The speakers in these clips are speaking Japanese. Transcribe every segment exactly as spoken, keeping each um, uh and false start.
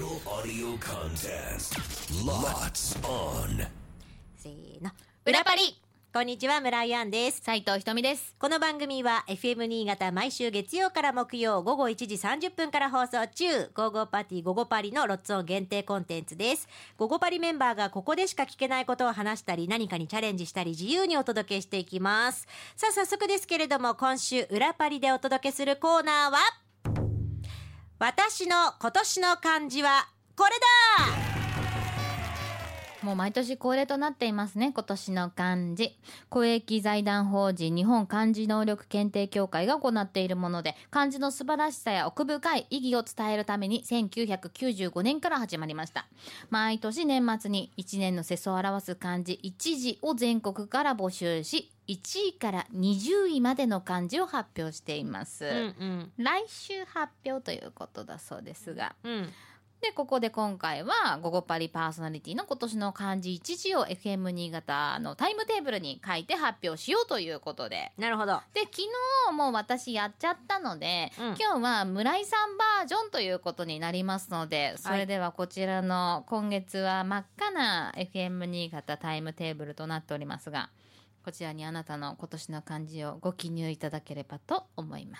Digital audio contest. Lots on. せーの、 裏パリ。 こんにちは、村井杏です。 斉藤ひとみです。 この番組は エフエム 新潟毎週月曜から木曜午後いちじさんじゅっぷんから放送中、ゴーゴーパーティーゴーゴーパリのロッツオン限定コンテンツです。ゴーゴーパリメンバーがここでしか聞けないことを話したり、何かにチャレンジしたり、自由にお届けしていきます。さあ早速ですけれども、今週裏パリでお届けするコーナーは、私の今年の漢字はこれだ。 もう毎年恒例となっていますね、今年の漢字。公益財団法人日本漢字能力検定協会が行っているもので、漢字の素晴らしさや奥深い意義を伝えるためにせんきゅうひゃくきゅうじゅうごねんから始まりました。毎年年末にいちねんの世相を表す漢字いちじを全国から募集し、いちいからにじゅういまでの漢字を発表しています、 うんうん来週発表ということだそうですが、 うんでここで今回はゴゴパリパーソナリティの今年の漢字一字を エフエム 新潟のタイムテーブルに書いて発表しようということで、 なるほど。 で昨日もう私やっちゃったので、 うん今日は村井さんバージョンということになりますので、それではこちらの今月は真っ赤な エフエム 新潟タイムテーブルとなっておりますが、こちらにあなたの今年の漢字をご記入いただければと思います。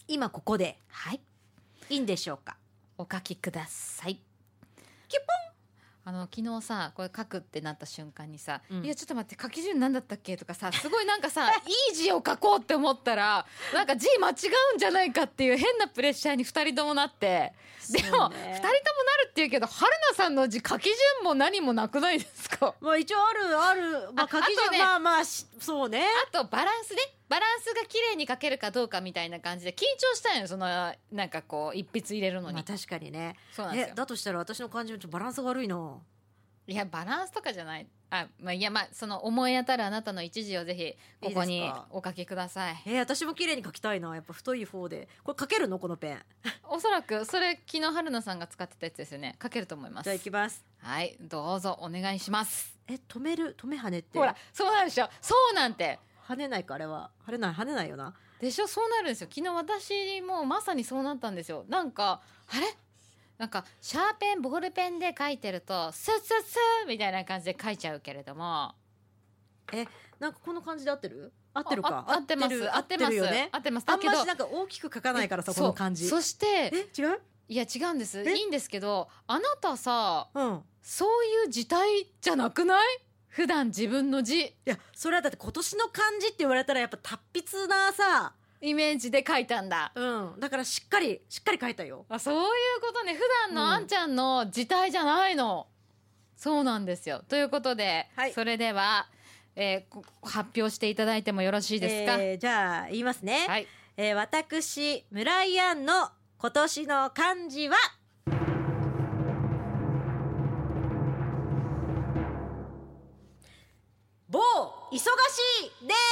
今ここではい、 いいんでしょうか。 お書きください。 キュポあの昨日さこれ書くってなった瞬間にさ、 うんいやちょっと待って書き順なんだったっけとかさ、すごいなんかさいい字を書こうって思ったらなんか字間違うんじゃないかっていう変なプレッシャーにふたりともなって、でもふたりともなるっていうけど春菜さんの字書き順も何もなくないですか？ まあ一応あるある、まあ、 あ書き順、 あとねまあまあしそうね。 あとバランスね、バランスが綺麗に書けるかどうかみたいな感じで緊張したんよ、そのなんかこう一筆入れるのに、 まあ確かにね。 そうなんですよ。 えだとしたら私の漢字もちょっとバランスが悪いな。 いやバランスとかじゃない、あ、まあ、いやまあその思い当たるあなたの一字をぜひここにいいですかお書きください。 えー、私も綺麗に書きたいな。やっぱ太い方でこれ書けるのこのペン。 おそらくそれ昨日春菜さんが使ってたやつですよね。書けると思います。 じゃあ行きます。 はいどうぞお願いします。 え止める止め跳ねってほらそうなんでしょ、そうなんて跳ねないかあれは。跳ねない跳ねないよな。 でしょ、そうなるんですよ。昨日私もまさにそうなったんですよ。なんかあれなんかシャーペンボールペンで書いてるとスッスッスッみたいな感じで書いちゃうけれども、 えなんかこの感じで合ってる合ってるか。 あ合ってます合ってますよね。 合ってます。 あだけどんましなんか大きく書かないからさえこの漢字。 そうそしてえ違う。 いや違うんです。 えいいんですけど、あなたさうんそういう字体じゃなくない？普段自分の字いやそれはだって今年の漢字って言われたらやっぱ達筆なさ、 イメージで書いたんだ。 うんだからしっかりしっかり書いたよ。 あ、そういうことね。普段のうんあんちゃんの字体じゃないの。そうなんですよ。ということで、 はいそれでは、えーこ発表していただいてもよろしいですか？ えーじゃあ言いますね、 はい。 えー私村井杏の今年の漢字は某忙しいです。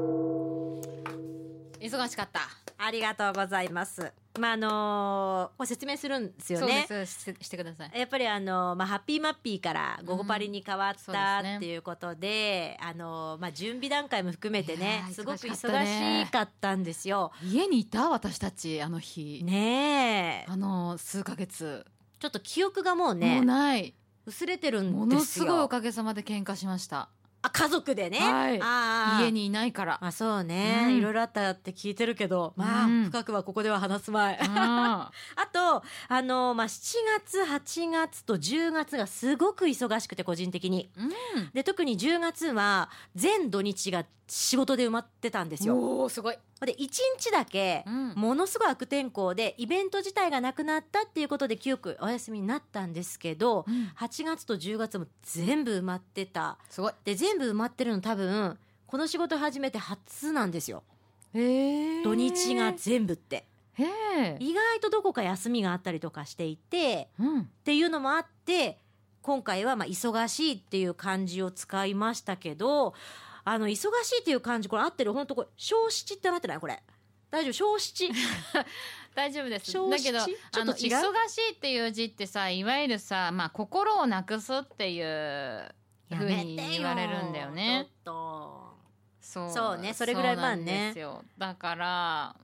忙しかった。 ありがとうございます。まああのーこれ説明するんですよね。 そうですし。してください。 やっぱりあの、まあ、ハッピーマッピーからゴゴパリに変わっそうたですねっていうことで、あの、まあ、準備段階も含めていねやーすごく忙しかったね忙しかったんですよ。 家にいた私たちあの日、 ねえあの数ヶ月、 ちょっと記憶がもうもうねない。 薄れてるんものですよ。 すごいおかげさまで喧嘩しました。 あ家族でね、 はいあー家にいないから。 まあそうね、 うんいろいろあったって聞いてるけど、まあ、 うん深くはここでは話すまい。 ああとあの、まあ、しちがつはちがつとじゅうがつがすごく忙しくて個人的にーうんで特にじゅうがつは全土日が仕事で埋まってたんですよ。 おーすごい。 でいちにちだけうんものすごい悪天候でイベント自体がなくなったっていうことで急遽お休みになったんですけど、 うんはちがつとじゅうがつも全部埋まってた。 すごい。 で全部埋まってるの多分この仕事始めて初なんですよ。 へー土日が全部ってへえ。 意外とどこか休みがあったりとかしていてうん。 っていうのもあって今回はまあ忙しいっていう漢字を使いましたけど、あの忙しいっていう漢字これ合ってる？本当これ小七ってなってない？これ大丈夫？小七大丈夫です。 小七だけどちょあのっと違う忙しいっていう字ってさ、いわゆるさ、まあ心をなくすっていうふうに言われるんだよね。 ちょっとそうそうねそれぐらいまあねそうなんですよ。だから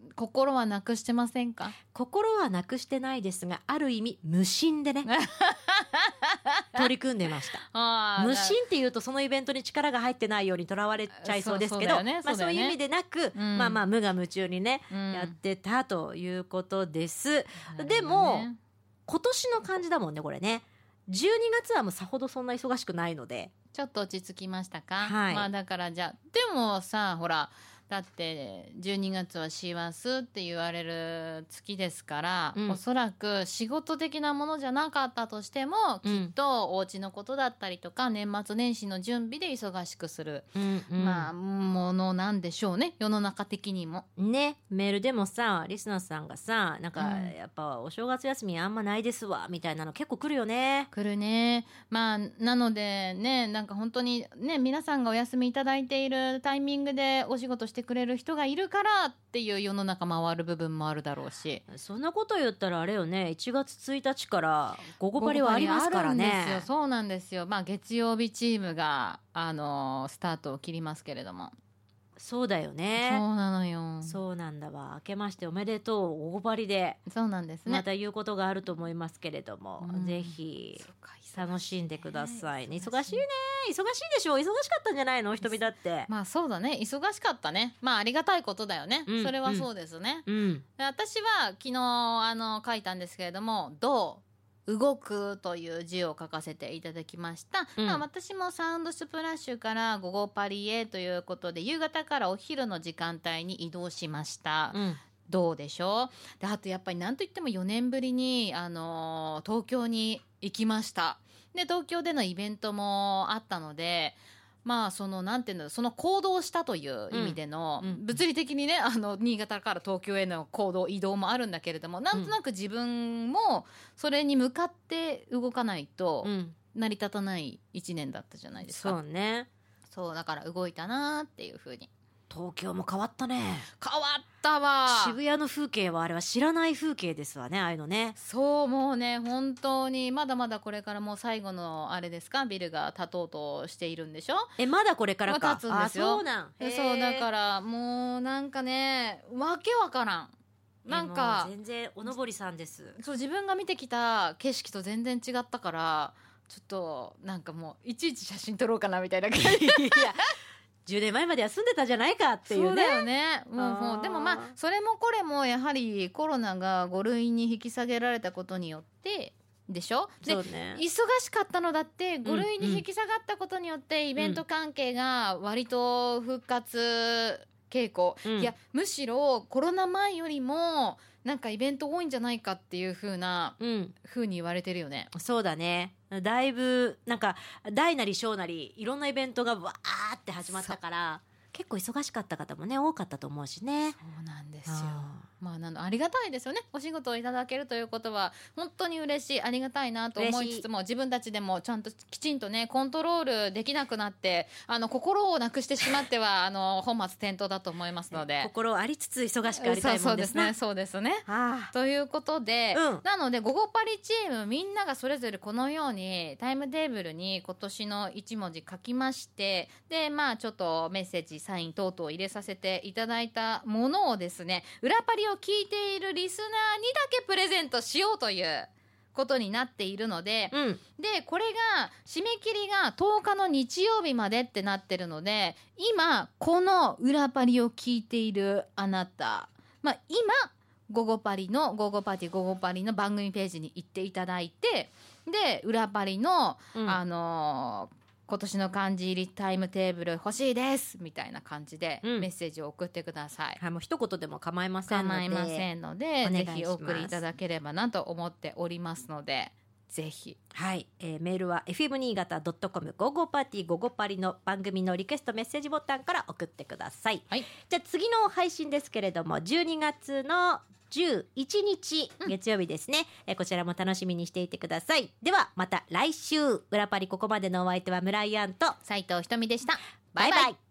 心はなくしてませんか？ 心はなくしてないですが、ある意味無心でね取り組んでました。 あ無心っていうとそのイベントに力が入ってないようにとらわれちゃいそうですけど、 そうそうだよねまあ、 そうだよねそういう意味でなく、 うんまあまあ無我夢中にね、 うんやってたということです。 なるほどねでも今年の感じだもんねこれね。じゅうにがつはもうさほどそんな忙しくないので、 ちょっと落ち着きましたか？ はいまあだからじゃあでもさほらだってじゅうにがつは師走って言われる月ですから、 うんおそらく仕事的なものじゃなかったとしても、 うんきっとお家のことだったりとか年末年始の準備で忙しくする、 うんうんまあものなんでしょうね、世の中的にも。 ね、メールでもさリスナーさんがさなんか、 うんやっぱお正月休みあんまないですわみたいなの結構来るよね。 来るね。まあなのでね、なんか本当にね皆さんがお休みいただいているタイミングでお仕事してくれる人がいるからっていう世の中回る部分もあるだろうし、 そんなこと言ったらあれよね、いちがつついたちから午後パリはありますからね。 午後パリあるんですよ。そうなんですよ。まあ月曜日チームがあのースタートを切りますけれども、 そうだよそうね。 なのよ。 そうなんだわ。明けましておめでとう午後パリでそうなんですね。 また言うことがあると思いますけれども、 うんぜひそうか楽しんでくださいね。 忙しい忙しいね。忙しいでしょ。忙しかったんじゃないの瞳だって。 まあそうだね、忙しかったね。まあありがたいことだよね、 うんそれはそうですね、 うんで私は昨日あの書いたんですけれども、どう動くという字を書かせていただきました、 うんまあ、私もサウンドスプラッシュから午後パリへということで夕方からお昼の時間帯に移動しました、 うんどうでしょう。であとやっぱりなんといってもよねんぶりに、あのー東京に行きました。で東京でのイベントもあったので、まあそのなんていうの、その行動したという意味での、 うんうん物理的にねあの新潟から東京への行動移動もあるんだけれども、なんとなく自分もそれに向かって動かないとうん成り立たないいちねんだったじゃないですか。 そうね。 そうだから動いたなーっていう風に。 東京も変わったね。 変わったわ。 渋谷の風景はあれは知らない風景ですわね、ああいうのね。 そうもうね本当にまだまだこれからもう最後のあれですか、ビルが建とうとしているんでしょ。 えまだこれからか。 まだ建つんですよあそうなん。 でそうだかららもうなんかねわけわからん、なんか全然おのぼりさんです。 そう自分が見てきた景色と全然違ったから、ちょっとなんかもういちいち写真撮ろうかなみたいな感じいやじゅうねんまえまでは住んでたじゃないかっていうね。 そうだよね。もうあーもうでもまあそれもこれもやはりコロナがご類に引き下げられたことによってでしょ。でそうね。 忙しかったのだってご類に引き下がったことによってイベント関係が割と復活傾向、 うんいやむしろコロナ前よりもなんかイベント多いんじゃないかっていう風なうん、 風に言われてるよね。 そうだね。だいぶなんか大なり小なりいろんなイベントがわーって始まったから結構忙しかった方もね多かったと思うしね。 そうなんですよ。 あまあなのありがたいですよね。お仕事をいただけるということは本当に嬉しい、ありがたいなと思いつつも、自分たちでもちゃんときちんとねコントロールできなくなってあの心をなくしてしまってはあの本末転倒だと思いますので、 心ありつつ忙しくありたいもんですね。 そうですねそうですね。 あということで、 うんなので午後パリチームみんながそれぞれこのようにタイムテーブルに今年のいち文字書きまして、でまあちょっとメッセージサイン等々入れさせていただいたものをですね、裏パリを聞いているリスナーにだけプレゼントしようということになっているので、 うんでこれが締め切りがとおかの日曜日までってなってるので、今この裏パリを聞いているあなた、まあ今午後パリの午後パーティー午後パリの番組ページに行っていただいて、で裏パリの、 うんあのー今年の漢字入りタイムテーブル欲しいですみたいな感じでうんメッセージを送ってください。 はい、もう一言でも構いませんので。 構いませんのでお願いぜひしますお送りいただければなと思っておりますので、ぜひ。 はい、えーメールは エフエム 新潟 ドットコム 午後パーティー午後パリの番組のリクエストメッセージボタンから送ってください。 はい、 じゃあ次の配信ですけれどもじゅうにがつのじゅういちにち月曜日ですね、えーこちらも楽しみにしていてください。ではまた来週。裏パリここまでのお相手は村井アンと斉藤ひとみでした。 バイバイ。